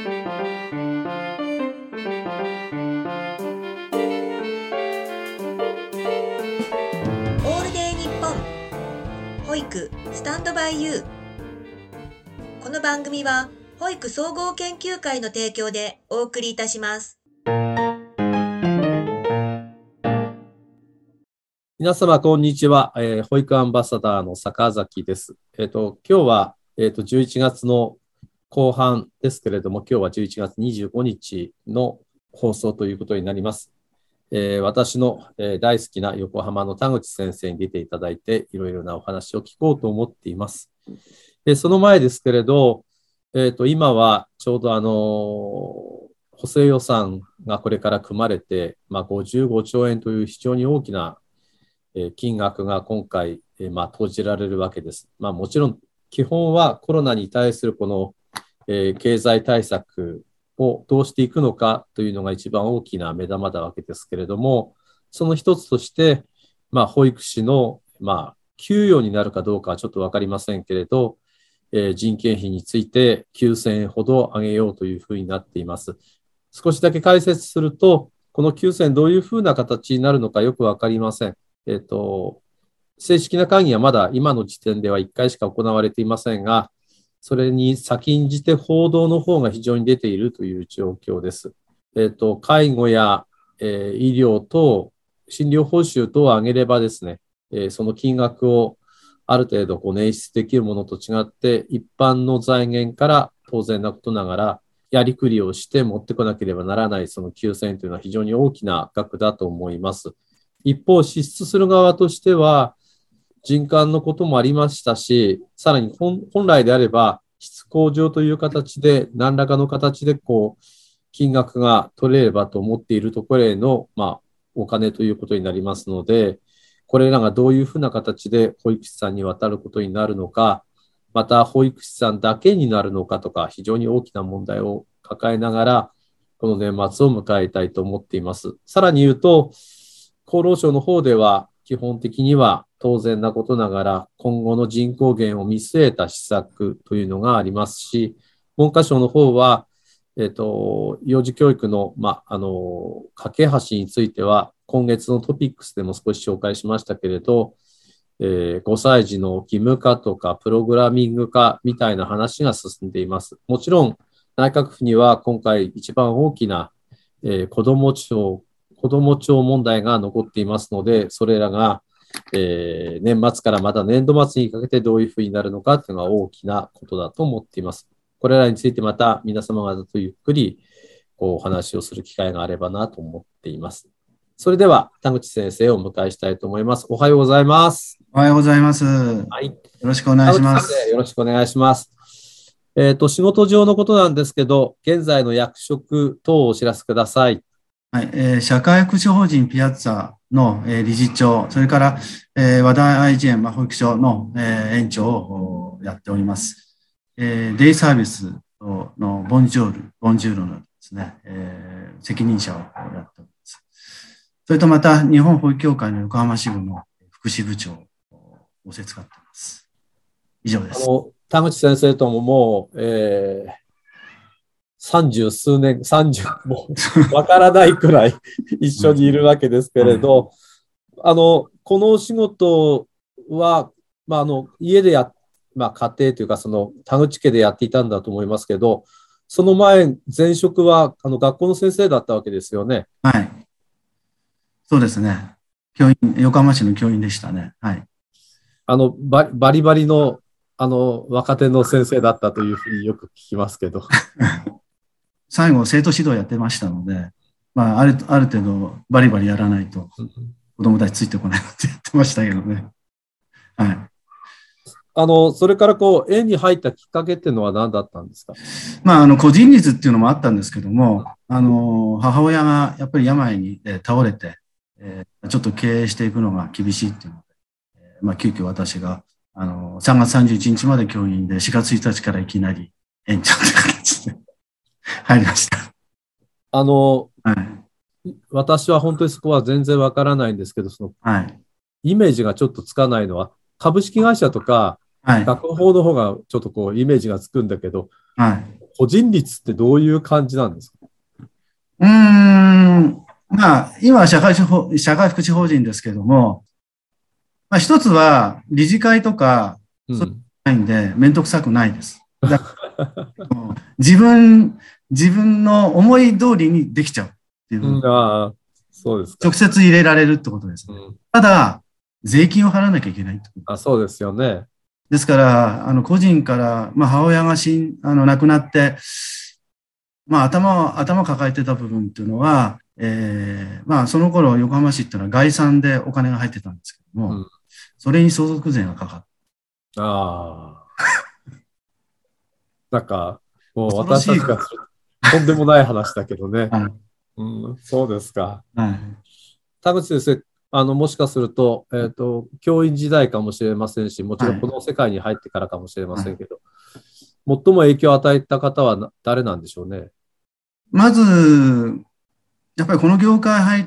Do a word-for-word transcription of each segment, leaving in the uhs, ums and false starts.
ールデイニッポン保育スタンドバイユー。この番組は保育総合研究会の提供でお送りいたします。 皆様こんにちは、えー、保育アンバサダーの坂崎です。えっと今日は、えっとじゅういちがつの後半ですけれども、今日はじゅういちがつにじゅうごにちの放送ということになります。えー、私の、えー、大好きな横浜の田口先生に出ていただいて、いろいろなお話を聞こうと思っています。でその前ですけれど、えーと、今はちょうどあの補正予算がこれから組まれて、まあ、ごじゅうごちょうえんという非常に大きな金額が今回、まあ、投じられるわけです。まあ、もちろん基本はコロナに対するこの、えー、経済対策をどうしていくのかというのが一番大きな目玉なわけですけれども、その一つとして、まあ、保育士の、まあ、給与になるかどうかはちょっとわかりませんけれど、えー、人件費についてきゅうせんえんほど上げようというふうになっています。少しだけ解説すると、このきゅうせんえんどういうふうな形になるのかよくわかりません。えっと、正式な会議はまだ今の時点ではいっかいしか行われていませんが、それに先んじて報道の方が非常に出ているという状況です。えっと、介護や、えー、医療等、診療報酬等を上げればですね、えー、その金額をある程度こう捻出できるものと違って、一般の財源から当然なことながら、やりくりをして持ってこなければならないそのきゅうせんえんというのは非常に大きな額だと思います。一方、支出する側としては、人間のこともありましたし、さらに 本, 本来であれば、質向上という形で、何らかの形でこう金額が取れればと思っているところへの、まあ、お金ということになりますので、これらがどういうふうな形で保育士さんに渡ることになるのか、また保育士さんだけになるのかとか、非常に大きな問題を抱えながら、この年末を迎えたいと思っています。さらに言うと、厚労省の方では基本的には当然なことながら今後の人口減を見据えた施策というのがありますし、文科省の方は、えっと、幼児教育の、まあ、あの、架け橋については今月のトピックスでも少し紹介しましたけれど、えー、ごさい児の義務化とかプログラミング化みたいな話が進んでいます。もちろん内閣府には今回一番大きな、えー、子ども庁子ども庁問題が残っていますので、それらが、えー、年末からまた年度末にかけてどういうふうになるのかというのが大きなことだと思っています。これらについてまた皆様方とゆっくりこうお話をする機会があればなと思っています。それでは田口先生をお迎えしたいと思います。おはようございます。 おはようございます。 はい。よろしくお願いします。 よろしくお願いします。えっと、仕事上のことなんですけど、現在の役職等をお知らせください。 はい、えー、社会福祉法人ピアッツァの、えー、理事長、それから、えー、和田愛知園、まあ、保育所の、えー、園長をやっております。えー、デイサービスのボンジョール、ボンジュールのですね、えー、責任者をやっております。それとまた、日本保育協会の横浜支部の福祉部長を仰せつかっています。以上です。 あの、田口先生とももう、えー三十数年、三十、もうわからないくらい一緒にいるわけですけれど、あの、このお仕事は、まあ、あの、家でや、まあ、家庭というか、その、田口家でやっていたんだと思いますけど、その前、前職は、あの、学校の先生だったわけですよね。 はい。そうですね。教員、横浜市の教員でしたね。はい。 あの、バリバリバリの、あの、若手の先生だったというふうによく聞きますけど。 最後、生徒指導やってましたので、まあ、ある、ある程度バリバリやらないと子供たちついてこないって言ってましたけどね。はい。 あの、それからこう、園に入ったきっかけっていうのは何だったんですか？ まあ、あの、個人率っていうのもあったんですけども、あの、母親がやっぱり病に倒れて、えー、ちょっと経営していくのが厳しいっていうので、えー、まあ、急遽私が、あの、さんがつさんじゅういちにちまで教員で、しがつついたちからいきなり園長って形で入りました。 あの、 はい、 私は本当にそこは全然わからないんですけど、その、 はい、 イメージがちょっとつかないのは、株式会社とか、 はい、 学法の方がちょっとこう、イメージがつくんだけど、 はい、 個人率ってどういう感じなんですか？ うーん、まあ、今は社会福祉社会福祉法人ですけども、まあ、一つは理事会とか、そういうのないんで、めんどくさくないです。だからもう自分、自分の思い通りにできちゃうっていう、 うん、ああ、そうですか。 直接入れられるってことですね。 うん、 ただ、税金を払わなきゃいけないってこと。 あ、そうですよね。 ですから、あの、個人から、まあ、母親が死ん、あの、亡くなって、まあ、頭を、頭を抱えてた部分っていうのは、えー、まあ、その頃、横浜市っていうのは概算でお金が入ってたんですけども、うん、それに相続税がかかった。 ああ。なんか、もう私たちがとんでもない話だけどね。はい、うん、そうですか。はい、田口先生、あの、もしかすると、えっと、教員時代かもしれませんし、もちろんこの世界に入ってからかもしれませんけど、はい、最も影響を与えた方は誰なんでしょうね。 まず、やっぱりこの業界入って、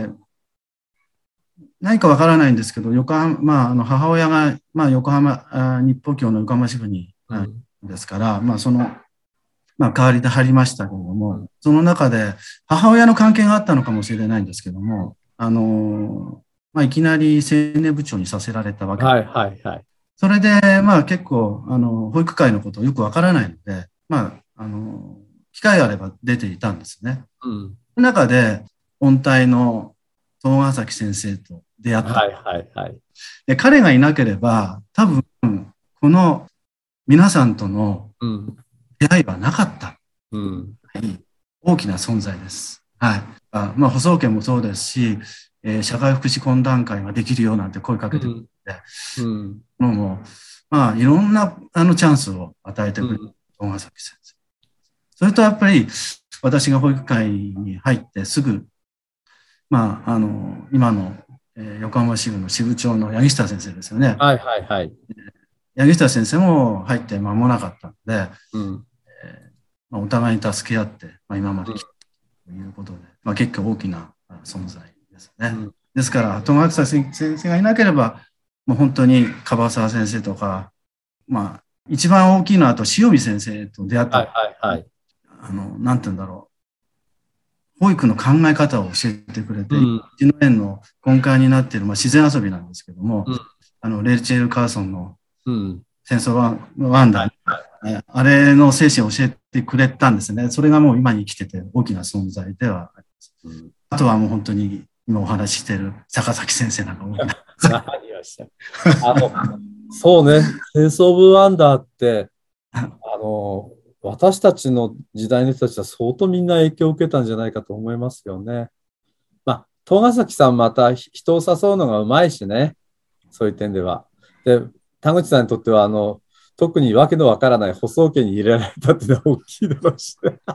何かわからないんですけど、横浜、まあ、あの母親が、まあ、横浜、あ日報協の横浜支部に、うん、ですから、まあ、その、まあ、代わりで入りましたけれども、うん、その中で母親の関係があったのかもしれないんですけども、あの、まあ、いきなり青年部長にさせられたわけです。 はいはいはい。 それで、まあ、結構、あの、保育会のことをよくわからないので、まあ、あの、機会があれば出ていたんですね。うん。その中で、音体の東ヶ崎先生と出会った。 はいはいはい。 で、彼がいなければ、多分、この皆さんとの出会いはなかった。うん、大きな存在です。はい。あまあ、補送研もそうですし、えー、社会福祉懇談会ができるよなんて声かけてくれて、うんうん、もう、まあ、いろんなあのチャンスを与えてくれる、東ヶ崎先生。それとやっぱり、私が保育会に入ってすぐ、まあ、あの、今の、えー、横浜支部の支部長の柳下先生ですよね。 はいはいはい。 柳下先生も入って間もなかったので、うんえーまあ、お互いに助け合って、まあ、今まで来たということで、まあ、結構大きな存在ですね。うん、ですから、東垣先生がいなければ、もう本当に樺沢先生とか、まあ、一番大きいのはあと塩見先生と出会った。はいはいはい。あの、なんて言うんだろう。保育の考え方を教えてくれて、うん、うちの園の根幹になっている、まあ、自然遊びなんですけども、うん、あの、レイチェル・カーソンの戦争ワン、ワンダー、はいはい、あれの精神を教えてくれたんですね。それがもう今に生きてて大きな存在ではあります。うん、あとはもう本当に今お話ししている坂崎先生なんか大きな。 あのそうね、戦争部ワンダーって、あの、私たちの時代の人たちは相当みんな影響を受けたんじゃないかと思いますよね。まあ、東ヶ崎さんまた人を誘うのがうまいしね、そういう点では。で、田口さんにとっては、あの、特にわけのわからない補送家に入れられたっていうのは大きいだろうし、ね、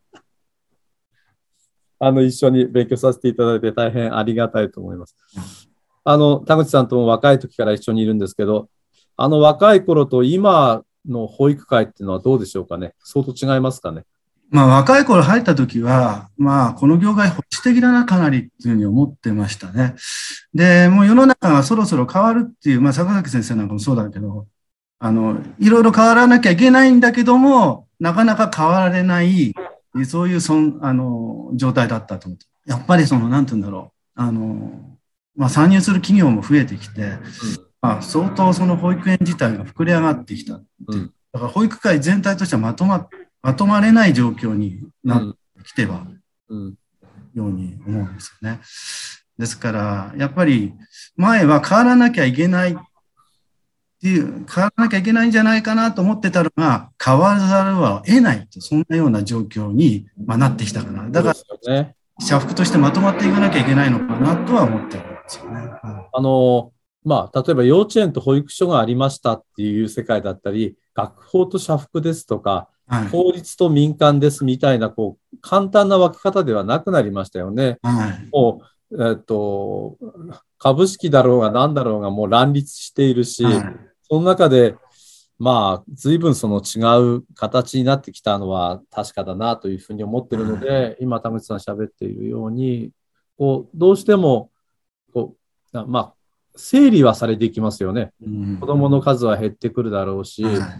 あの、一緒に勉強させていただいて大変ありがたいと思います。あの、田口さんとも若い時から一緒にいるんですけど、あの若い頃と今の保育会っていうのはどうでしょうかね。相当違いますかね。 まあ若い頃入った時は、まあこの業界保守的だなかなりっていうふうに思ってましたね。で、もう世の中がそろそろ変わるっていう、まあ坂崎先生なんかもそうだけど、あの、いろいろ変わらなきゃいけないんだけども、なかなか変わられない、そういうそん、あの、状態だったと思って。やっぱりその、なんて言うんだろう。あの、まあ参入する企業も増えてきて、うんまあ、相当その保育園自体が膨れ上がってきたっていう、うん、だから保育会全体としてはまとま、まとまれない状況になってきては、うん、ように思うんですよね。ですから、やっぱり前は変わらなきゃいけないっていう、変わらなきゃいけないんじゃないかなと思ってたのが、変わらざるを得ないと、そんなような状況に、まあ、なってきたかな。だから、ね、社服としてまとまっていかなきゃいけないのかなとは思ってるんですよね。うん、 あのまあ、例えば幼稚園と保育所がありましたっていう世界だったり、学法と社福ですとか、はい、法律と民間ですみたいな、こう、簡単な分け方ではなくなりましたよね。はい、もう、えっと、株式だろうが何だろうがもう乱立しているし、はい、その中で、まあ、随分その違う形になってきたのは確かだなというふうに思っているので、はい、今、田口さん喋っているように、こう、どうしても、こう、まあ、整理はされていきますよね。うん、子どもの数は減ってくるだろうし、はい、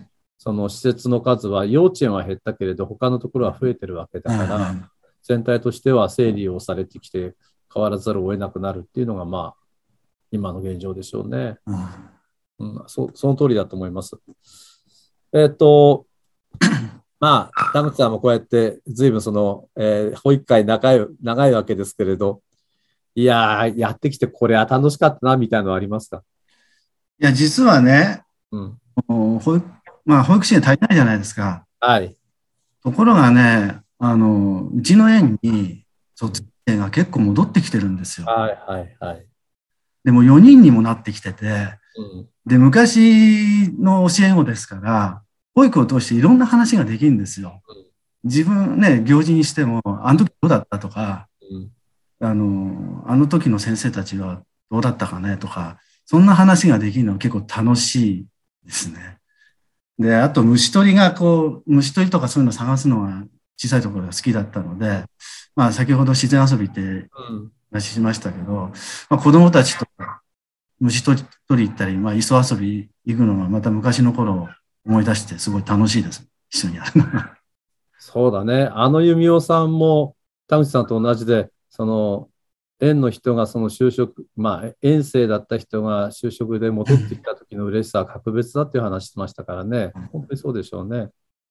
その施設の数は、幼稚園は減ったけれど、他のところは増えてるわけだから、 はい全体としては整理をされてきて、変わらざるを得なくなるっていうのが、まあ、今の現状でしょうね。うん、そ, その通りだと思います。えっと、まあ、田口さんもこうやって、ずいぶんその、えー、保育会長い、長いわけですけれど、いやー、やってきてこれは楽しかったな、みたいなのはありますか？ いや、実はね、 うん。 保育、まあ、保育士が足りないじゃないですか。 はい。 ところがね、あの、うちの園に卒生が結構戻ってきてるんですよ。 はいはいはい。 でもよにんにもなってきてて、 うん、 で、昔の教え子ですから、保育を通していろんな話ができるんですよ。自分ね、行事にしても、あの時どうだったとか、 うん、 あの、あの時の先生たちはどうだったかねとか、そんな話ができるのは結構楽しいですね。で、あと虫取りがこう、虫取りとかそういうのを探すのが小さいところが好きだったので、まあ先ほど自然遊びって話しましたけど、まあ、子供たちと虫取り取り行ったり、まあ磯遊び行くのがまた昔の頃を思い出してすごい楽しいです。一緒にやるのが。 そうだね。あの弓尾さんも田口さんと同じで、その園の人がその就職、まあ園生だった人が就職で戻ってきた時の嬉しさは格別だっていう話してましたからね。本当にそうでしょうね。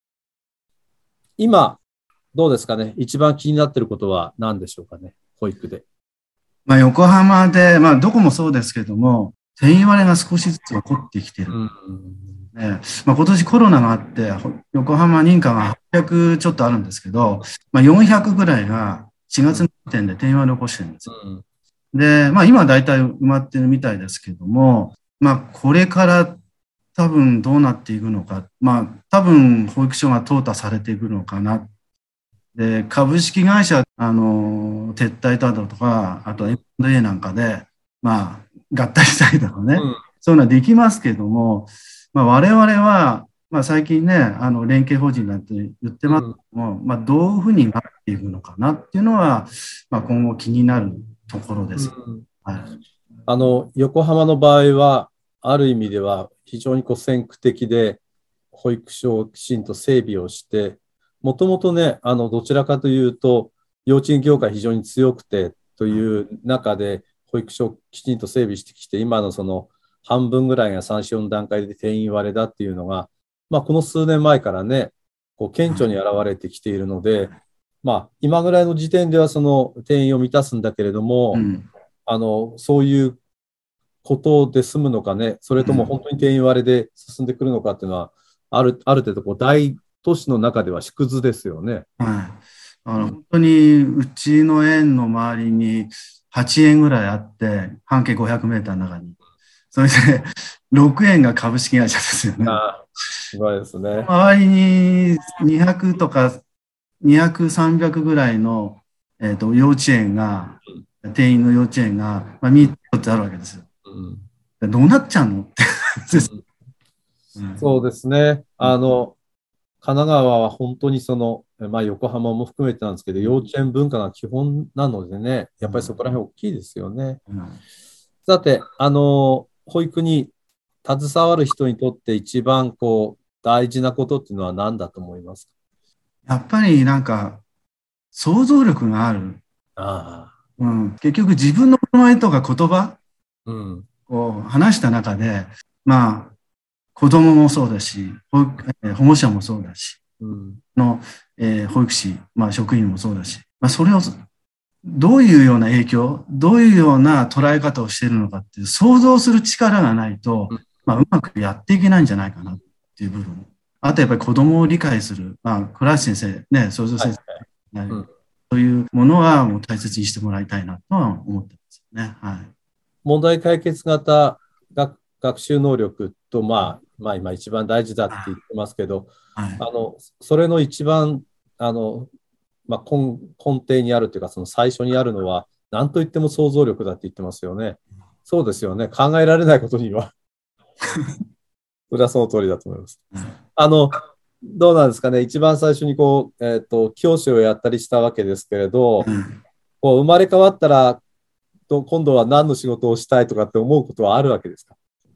今、どうですかね。一番気になっていることは何でしょうかね。保育で。 まあ横浜で、まあどこもそうですけども、定員割れが少しずつ起こってきてる。うんねまあ、今年コロナがあって、横浜認可がはっぴゃくちょっとあるんですけど、まあ、よんひゃくぐらいがしがつの時点で定員割れを起こしてるんですよ。で、まあ今は大体埋まってるみたいですけども、まあこれから多分どうなっていくのか、まあ多分保育所が淘汰されていくのかな。で、株式会社、あの、撤退だとか、あと エムアンドエー なんかで、まあ合体したりとかね、うん、そういうのはできますけども、まあ、我々は、まあ、最近ね、あの連携法人なんて言ってますけども、うん、まあ、どういうふうになっていくのかなっていうのは、まあ、今後気になるところです。うんはい、あの横浜の場合は、ある意味では非常にこう先駆的で、保育所をきちんと整備をして、もともとね、あのどちらかというと、幼稚園業界非常に強くてという中で、保育所をきちんと整備してきて、今のその半分ぐらいがさん、よん段階で定員割れだっていうのが、まあ、この数年前からね、こう顕著に現れてきているので、まあ、今ぐらいの時点ではその定員を満たすんだけれども、うん、あのそういうことで済むのかね、それとも本当に定員割れで進んでくるのかっていうのは、ある、ある程度こう大都市の中では縮図ですよね。 はい、あの本当にうちの園の周りにはちえんぐらいあって、半径ごひゃくメーターの中に。それで、ろくえんが株式会社ですよね。 あすごいですね。 周りににひゃくとかにひゃく、さんびゃくぐらいの、えーと、幼稚園が、定員の幼稚園が、まあ、みっつあるわけですよ。うん、どうなっちゃうのって、 うん。そうですね。あの、神奈川は本当にその、まあ、横浜も含めてなんですけど、幼稚園文化が基本なのでね、やっぱりそこら辺大きいですよね。うんうん、さて、あの、保育に携わる人にとって一番こう大事なことっていうのは何だと思いますか？ やっぱりなんか想像力がある。 あうん、結局自分の名前とか言葉を話した中で、うん、まあ子供もそうだし、保育、えー、保護者もそうだし、うん、の、えー、保育士、まあ、職員もそうだし、まあ、それをどういうような影響、どういうような捉え方をしているのかっていう想像する力がないと、まあ、うまくやっていけないんじゃないかなっていう部分。あとやっぱり子供を理解する、まあ、倉橋先生、ね、創造先生、はいはい、うん、そういうものはもう大切にしてもらいたいなとは思ってますね。はい、 問題解決型学学習能力と、まあ、まあ今一番大事だって言ってますけど、はい、あのそれの一番あの、まあ、根, 根底にあるというか、その最初にあるのは何と言っても想像力だって言ってますよね。そうですよね。考えられないことにはそれはその通りだと思います。あのどうなんですかね。一番最初にこう、えーと、教師をやったりしたわけですけれど、こう生まれ変わったらと今度は何の仕事をしたいとかって思うことはあるわけですか？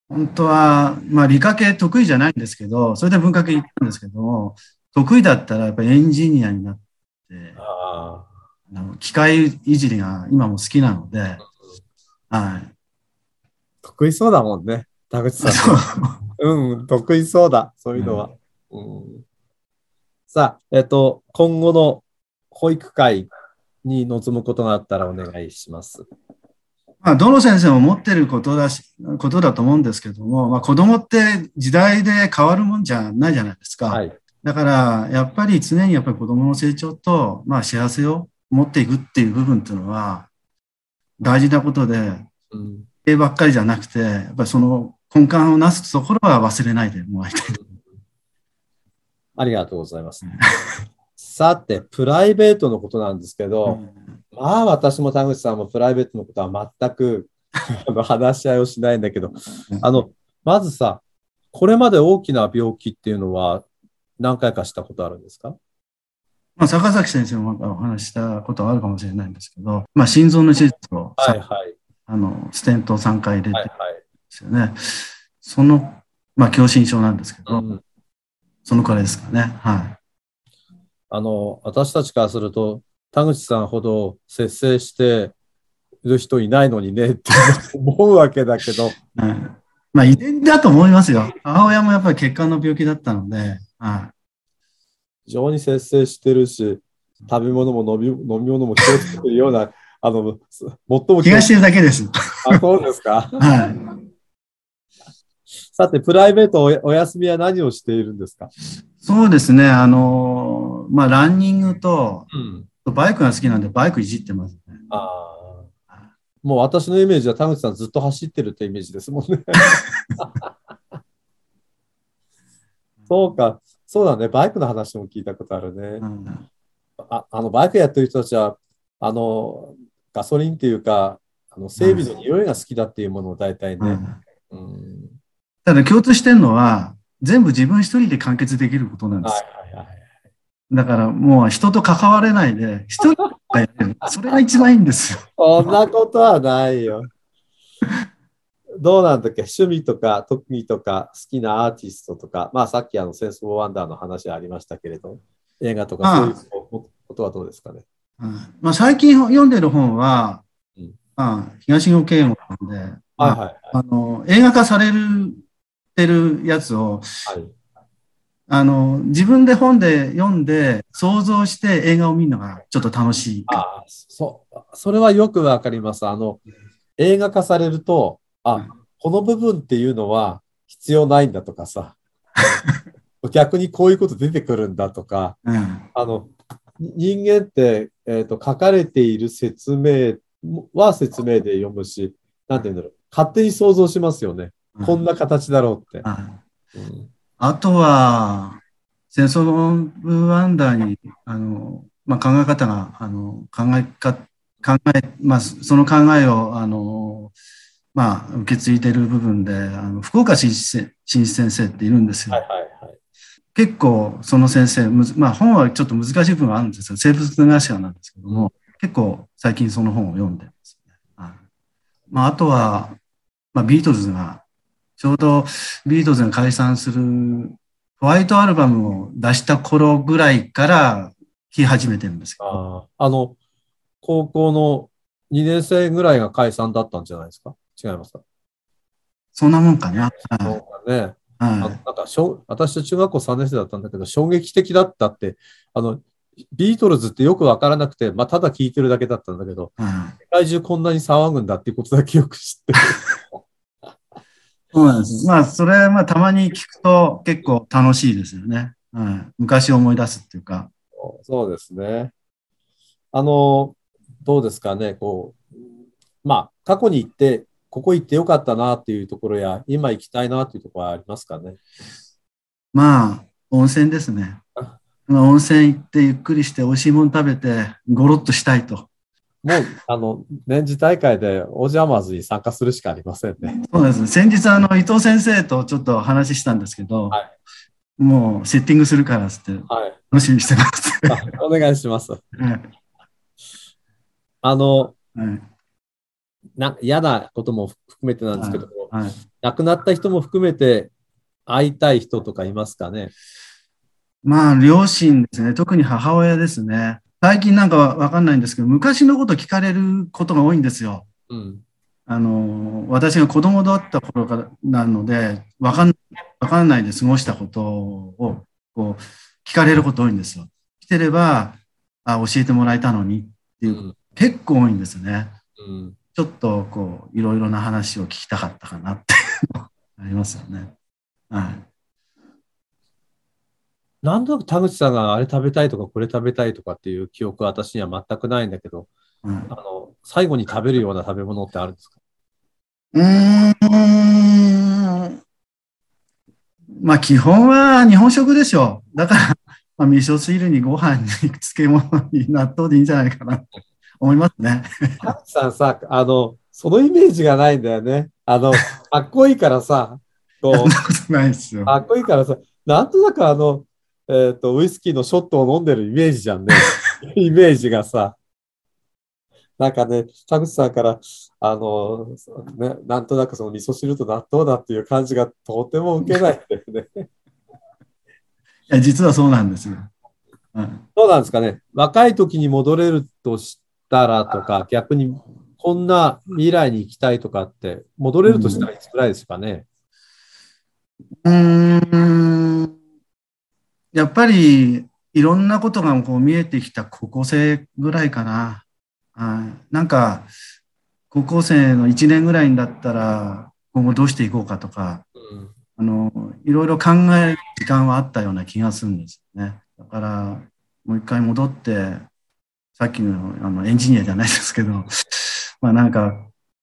本当は、まあ理科系得意じゃないんですけど、それで文化系行ったんですけど、得意だったらやっぱりエンジニアになって、 ああの機械いじりが今も好きなので、はい。 得意そうだもんね、田口さんそう。 ね。うん、得意そうだ、そういうのは。うん、さあ、えっと、今後の保育会に臨むことがあったらお願いします。 まあ、どの先生も持ってることだし、ことだと思うんですけども、まあ、子供って時代で変わるもんじゃないじゃないですか。 はい。 だから、やっぱり常にやっぱり子供の成長と、まあ、幸せを持っていくっていう部分っていうのは大事なことで、 うん、 絵ばっかりじゃなくて、やっぱりその根幹をなすところは忘れないでもらいたい。 ありがとうございます。さて、プライベートのことなんですけど、うん、まあ私も田口さんもプライベートのことは全くあの話し合いをしないんだけど、あの、まずさ、これまで大きな病気っていうのは何回かしたことあるんですか？ まあ、坂崎先生もお話したことはあるかもしれないんですけど、まあ、心臓の手術を、 はいはい、 あのステントをさんかい入れてるんではいはい、 すよね。その、まあ、狭心症なんですけど、 うん、 そのくらいですかね。はい。 あの、私たちからすると、田口さんほど節制している人いないのにねって思うわけだけど。はい、 まあ、遺伝だと思いますよ。母親もやっぱり血管の病気だったので、はい。 非常に節制してるし、食べ物も飲み、飲み物も気をつけてるような、あの、最も気がしてるだけです。 あ、そうですか。 はい。 さて、プライベートお、お休みは何をしているんですか？ そうですね。あの、まあ、ランニングと、 うん、 バイクが好きなんで、バイクいじってますね。 ああ。もう私のイメージは田口さんずっと走ってるってイメージですもんね。そうか。そうだね。バイクの話も聞いたことあるね。うん、あ, あのバイクやってる人たちは、あの、ガソリンっていうか、あの整備の匂いが好きだっていうものを大体ね。うんうん、 ただ共通してるのは、全部自分一人で完結できることなんです。はいはいはい、だからもう人と関われないで、一人がやれる。それが一番いいんですよ。 そんなことはないよ。どうなんだっけ、趣味とか特技とか好きなアーティストとか、まあさっきあのセンス・フォー・ワンダーの話ありましたけれど、映画とかそういうことはどうですかね。 ああまあ、最近読んでる本は、うんまあ、東野圭吾なんで、まあはいはいはい、あの映画化されるてるやつを、はい、あの自分で本で読んで想像して映画を見るのがちょっと楽しい。 ああ、そ、それはよくわかります。あの映画化されると、あ、うん、この部分っていうのは必要ないんだとかさ、逆にこういうこと出てくるんだとか、うん、あの人間って、えーと、書かれている説明は説明で読むし、なんていうんだろう、勝手に想像しますよね。うん、こんな形だろうって。 うんうん、あとは、戦争のワンダーに、あの、まあ、考え方が、あの、考えか、考え、まあ、その考えを、あの、まあ、受け継いでる部分で、あの福岡新一先生っているんですよ。はいはいはい、結構、その先生、まあ、本はちょっと難しい部分はあるんですよ。生物学者なんですけども、うん、結構最近その本を読んでますね。はい、まあ、あとは、まあ、ビートルズが、ちょうどビートルズが解散するホワイトアルバムを出した頃ぐらいから聴き始めてるんですけど。 あ, あの、高校のにねん生ぐらいが解散だったんじゃないですか？違いますか？ そんなもんかな。 そうだね。はい、あなんか私と中学校さんねん生だったんだけど、衝撃的だったって、あの、ビートルズってよくわからなくて、まあ、ただ聴いてるだけだったんだけど、うん、世界中こんなに騒ぐんだっていうことだけよく知ってる。 そうなんです。まあ、それ、まあ、たまに聞くと結構楽しいですよね。うん、昔を思い出すっていうか。 そうですね。あの、どうですかね、こう、まあ、過去に行って、ここ行ってよかったなっていうところや、今行きたいなっていうところはありますかね。 まあ、温泉ですね。まあ、温泉行ってゆっくりして美味しいもの食べて、ゴロッとしたいと。 もう、あの、年次大会でオージャマーズに参加するしかありませんね。 そうです。先日、あの、伊藤先生とちょっと話したんですけど、はい、もうセッティングするからっつって、はい、楽しみにしてます。 お願いします。はい、あの、はい、な嫌なことも含めてなんですけども、はいはい、 亡くなった人も含めて会いたい人とかいますかね。 まあ、両親ですね。特に母親ですね。最近なんかわかんないんですけど、昔のこと聞かれることが多いんですよ。 うん。 あの、私が子供だった頃からなので、わかん、わかんないで過ごしたことを、こう、聞かれること多いんですよ。来てれば、あ、教えてもらえたのにっていう、 うん。 結構多いんですね。 うん。 ちょっと、こう、いろいろな話を聞きたかったかなっていうのありますよね。はい。 なんとなく田口さんがあれ食べたいとかこれ食べたいとかっていう記憶は私には全くないんだけど、 うん、 あの、最後に食べるような食べ物ってあるんですか？ うーん。まあ、基本は日本食でしょう。だから、まあ、味噌汁にご飯に漬物に納豆でいいんじゃないかなと思いますね。 田口さんさ、あの、そのイメージがないんだよね。あの、かっこいいからさ、 そんなこう、 ことないですよ。 かっこいいからさ、なんとなくあの、えっと、ウイスキーのショットを飲んでるイメージじゃんね。イメージがさ。なんかね、田口さんから、あの、ね、なんとなくその味噌汁と納豆だっていう感じがとても受けないんだよね。 いや、実はそうなんですよ。うん、 そうなんですかね。若い時に戻れるとしたらとか、逆にこんな未来に行きたいとかって、戻れるとしたらいつくらいですかね。 うーん。やっぱり、いろんなことがこう見えてきた高校生ぐらいかな。はい、なんか、高校生のいちねんぐらいにだったら、今後どうしていこうかとか、 うん、 あの、いろいろ考える時間はあったような気がするんですよね。だから、もう一回戻って、さっきのあのエンジニアじゃないですけど、まあなんか、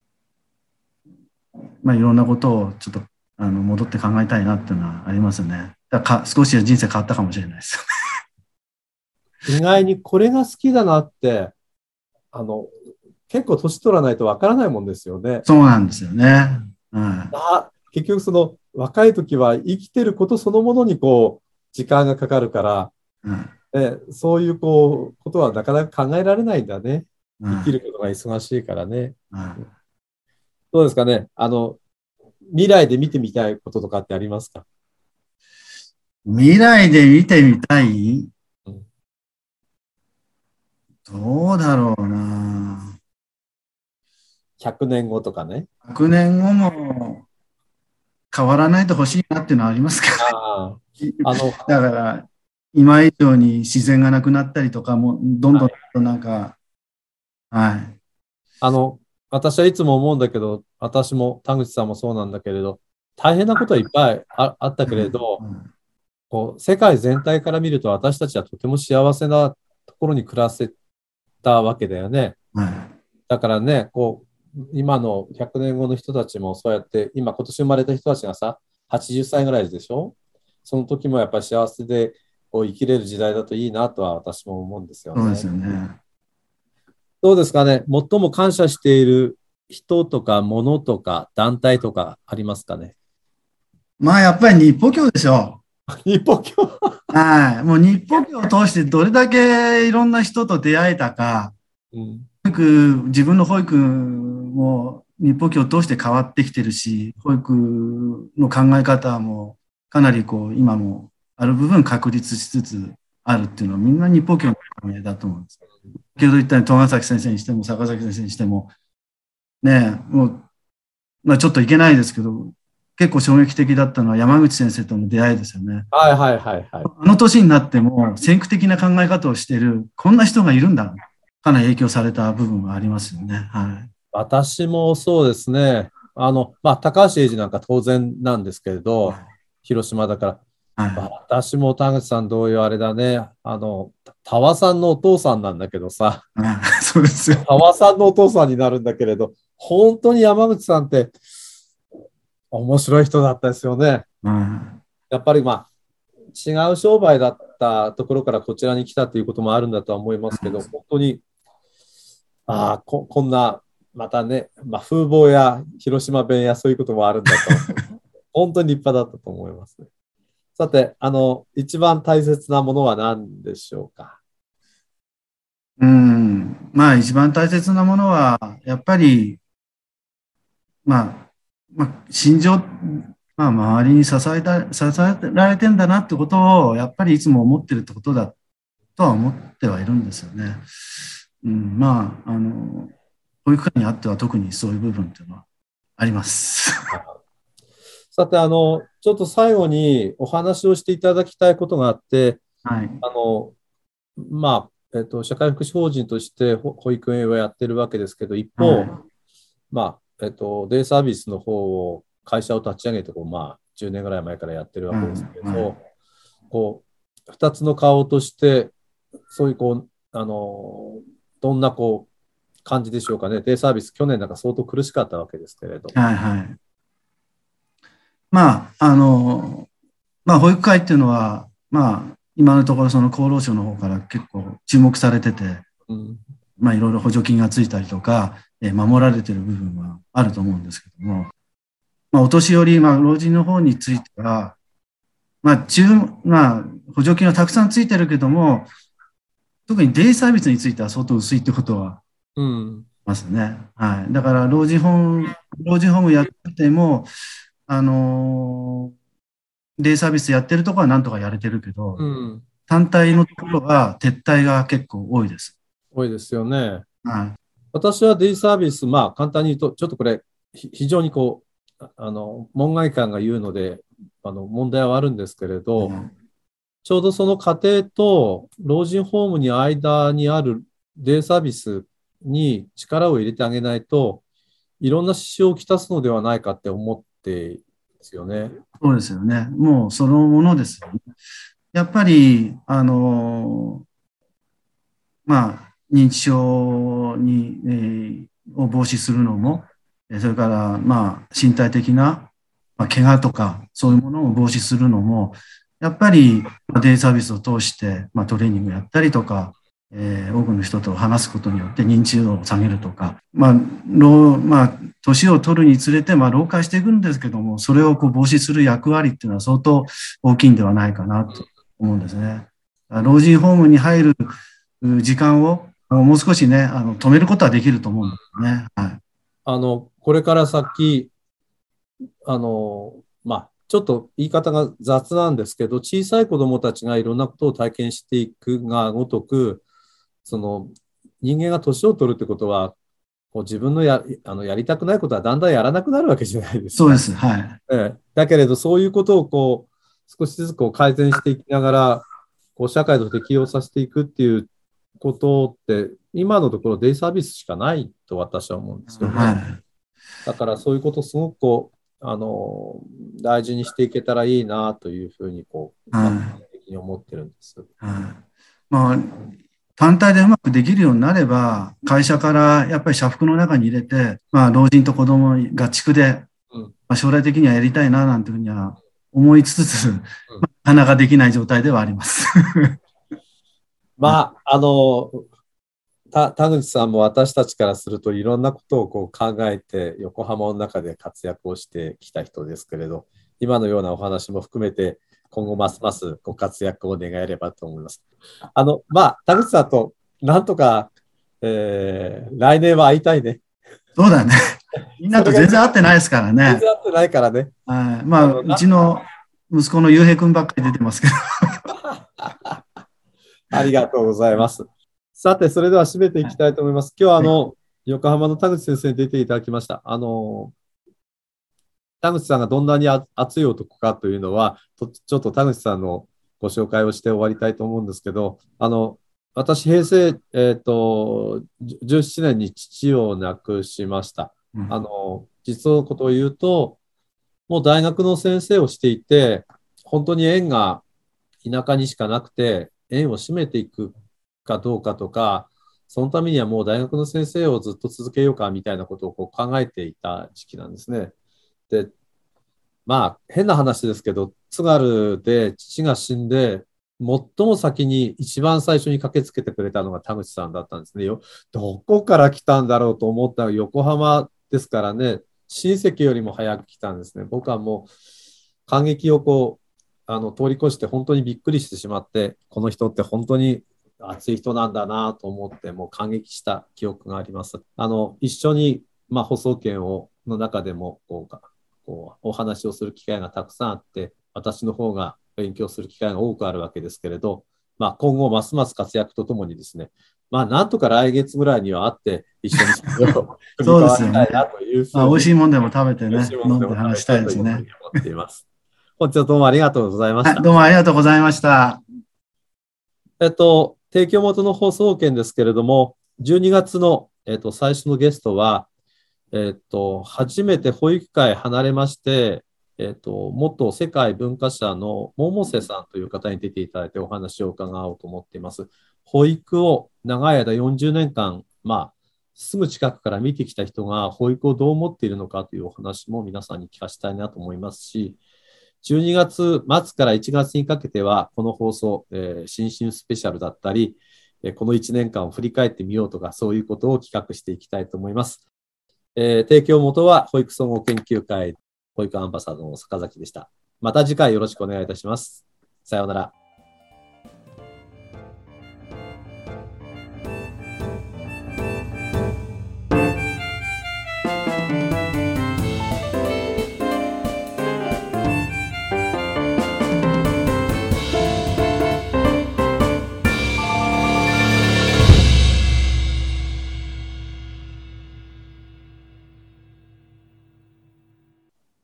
まあいろんなことをちょっとあの戻って考えたいなっていうのはありますね。だからか少しは人生変わったかもしれないです。 意外にこれが好きだなって、あの、結構年取らないとわからないもんですよね。 そうなんですよね。はあ、結局その若い時は生きてることそのものにこう、時間がかかるから、 い。はいね、そういうこう、ことはなかなか考えられないんだね。生きはることが忙しいからね。 いはいどうですかね。あの、未来で見てみたいこととかってありますか？ 未来で見てみたい？ うん、 どうだろうな。 ひゃくねんごとかね。 ひゃくねんごも変わらないと欲しいなっていうのはありますかああ、あの、 ら。だから、今以上に自然がなくなったりとかも、どんどんとなんか、はい。 あの、私はいつも思うんだけど、私も田口さんもそうなんだけれど、大変なことはいっぱいあ、あったけれど、 うんこう、世界全体から見ると私たちはとても幸せなところに暮らせたわけだよね。 はいだからね、こう、今のひゃくねんごの人たちもそうやって、今今年生まれた人たちがさ、はちじゅっさいぐらいでしょ？その時もやっぱり幸せでこう生きれる時代だといいなとは私も思うんですよね。 そうですよね。 どうですかね。最も感謝している人とか物とか団体とかありますかね。 まあ、やっぱり日報協でしょ日本教。 う。はい。もう日報協を通してどれだけいろんな人と出会えたか、 うん、 保育、自分の保育も日報協を通して変わってきてるし、保育の考え方もかなりこう、今もある部分確立しつつあるっていうのはみんな日報協のおかげだと思うんです。先ほど言ったように、戸ヶ崎先生にしても、坂崎先生にしても、ねえ、もう、まあちょっといけないですけど、結構衝撃的だったのは山口先生との出会いですよね。 はいはいはいはい。 あの年になっても先駆的な考え方をしている、こんな人がいるんだ。かなり影響された部分はありますよね。はい。 私もそうですね。あの、まあ、高橋英二なんか当然なんですけれど、広島だから、まあ、 はい。 私も田口さん同様あれだね。あの、タワさんのお父さんなんだけどさ、 はい、そうですよ。 タワさんのお父さんになるんだけれど、本当に山口さんって面白い人だったですよね。 はやっぱりまあ、違う商売だったところからこちらに来たということもあるんだとは思いますけど、本当に、ああ、こ、こんな、またね、まあ、風貌や広島弁やそういうこともあるんだと、本当に立派だったと思いますね。さて、あの、一番大切なものは何でしょうか。 い。うん。まあ一番大切なものは、やっぱり、まあ、 まあ、心情、まあ、周りに支えた、支えられてんだなってことを、やっぱりいつも思ってるってことだとは思ってはいるんですよね。うん、まあ、あの、保育園にあっては特にそういう部分っていうのはあります。 さて、あの、ちょっと最後にお話をしていただきたいことがあって、 はい。 あの、まあ、えっと、社会福祉法人としてほ保育園をやってるわけですけど、一方、 はまあ、えっと、デイサービスの方を、会社を立ち上げてこう、まあ、じゅうねんぐらい前からやってるい。はい。 わけですけれはい。 ど、こう、二つの顔として、そういう、こう、あの、どんな、こう、感じでしょうかね。デイサービス、去年なんか相当苦しかったわけですけれど。 はい。はい。まあ、あの、まあ、保育会っていうのは、まあ、今のところその厚労省の方から結構注目されてて、 うん、 まあ、いろいろ補助金がついたりとか、えー守られてる部分はあると思うんですけども、まあ、お年寄り、まあ、老人の方については、まあ、中、まあ、補助金はたくさんついてるけども、特にデイサービスについては相当薄いってことはうん、 ますね。はい。だから、老人ホーム、老人ホームやってても、あのーデイサービスやってるところはなんとかやれてるけど、 うん、 単体のところは撤退が結構多いです。 多いですよね。 はい。 私はデイサービス、まあ、簡単に言うと、ちょっとこれ、ひ非常にこう、ああの、門外漢が言うので、あの、問題はあるんですけれど、ちょうどその家庭と老人ホームに間にあるデイサービスに力を入れてあげないと、いろんな支障をきたすのではないかって思ってですよね。 そうですよね。もうそのものですよね。やっぱり、あのまあ、認知症に、えーを防止するのも、えそれから、まあ、身体的な、まあ、怪我とか、そういうものを防止するのも、やっぱり、まあデイサービスを通して、まあ、トレーニングやったりとか、えー多くの人と話すことによって認知度を下げるとか、まあ、老、まあ、年を取るにつれて、まあ、老化していくんですけども、それをこう防止する役割っていうのは相当大きいんではないかなと思うんですね。老人ホームに入る時間をもう少しね、あの止めることはできると思うんですね。はい。 あの、これから先、あの、まあ、ちょっと言い方が雑なんですけど、小さい子どもたちがいろんなことを体験していくがごとく、その人間が年を取るってことは、こう自分のや、あのやりたくないことはだんだんやらなくなるわけじゃないですか。 そうです。はい。 ええ、だけれど、そういうことをこう少しずつこう改善していきながら、こう社会と適応させていくっていうことって、今のところデイサービスしかないと私は思うんですよね。 はい。 だからそういうことをすごくこうあの大事にしていけたらいいなというふうにこう、 はい。 まあ、的に思ってるんです。 はい。まあ、単体でうまくできるようになれば、会社からやっぱり社服の中に入れて、まあ、老人と子供が地区で、 うんまあ、将来的にはやりたいな、なんていうふうには思いつつ、 うん、 なかなかできない状態ではあります。 まあ、あの、た田口さんも私たちからするといろんなことをこう考えて横浜の中で活躍をしてきた人ですけれど、今のようなお話も含めて今後ますますご活躍を願えればと思います。あの、まあ、田口さんとなんとか、えー、来年は会いたいね。 そうだね。みんなと全然会ってないですからね。 全然会ってないからね。 はい。まあ、うちの息子のゆうへいくんばっかり出てますけど。 ありがとうございます。さて、それでは締めていきたいと思います。今日はあの、横浜の田口先生に出ていただきました。あの、田口さんがどんなに熱い男かというのは、ちょっと田口さんのご紹介をして終わりたいと思うんですけど、あの、私、平成、えっと、じゅうななねんに父を亡くしました。 うん、 あの、実のことを言うと、もう大学の先生をしていて、本当に縁が田舎にしかなくて、縁を締めていくかどうかとか、そのためにはもう大学の先生をずっと続けようかみたいなことをこう考えていた時期なんですね。で、まあ変な話ですけど、津軽で父が死んで、最も先に一番最初に駆けつけてくれたのが田口さんだったんですね。よ、どこから来たんだろうと思ったら横浜ですからね、親戚よりも早く来たんですね。僕はもう感激をこう、あの通り越して本当にびっくりしてしまって、この人って本当に熱い人なんだなと思って、もう感激した記憶があります。あの一緒に、まあ、放送権をの中でもこうこうお話をする機会がたくさんあって、私の方が勉強する機会が多くあるわけですけれど、まあ、今後ますます活躍とともにですね、まあ、なんとか来月ぐらいには会って一緒にそれを組み交わしたいなというふうに、 まあ、美味しいもんでも食べてね、飲んで美味しいものでも話したいですというふうにね。 思っています。本日はどうもありがとうございました。 どうもありがとうございました。 えっと、提供元の放送権ですけれども、じゅうにがつの、えっと、最初のゲストは、えっと、初めて保育界離れまして、えっと、元世界文化社の百瀬さんという方に出ていただいてお話を伺おうと思っています。保育を長い間よんじゅうねんかん、まあ、すぐ近くから見てきた人が保育をどう思っているのかというお話も皆さんに聞かせたいなと思いますし、じゅうにがつ末からいちがつにかけては、この放送、えー、新春スペシャルだったり、えー、このいちねんかんを振り返ってみようとか、そういうことを企画していきたいと思います。えー、提供元は保育総合研究会保育アンバサダーの坂崎でした。また次回よろしくお願いいたします。さようなら。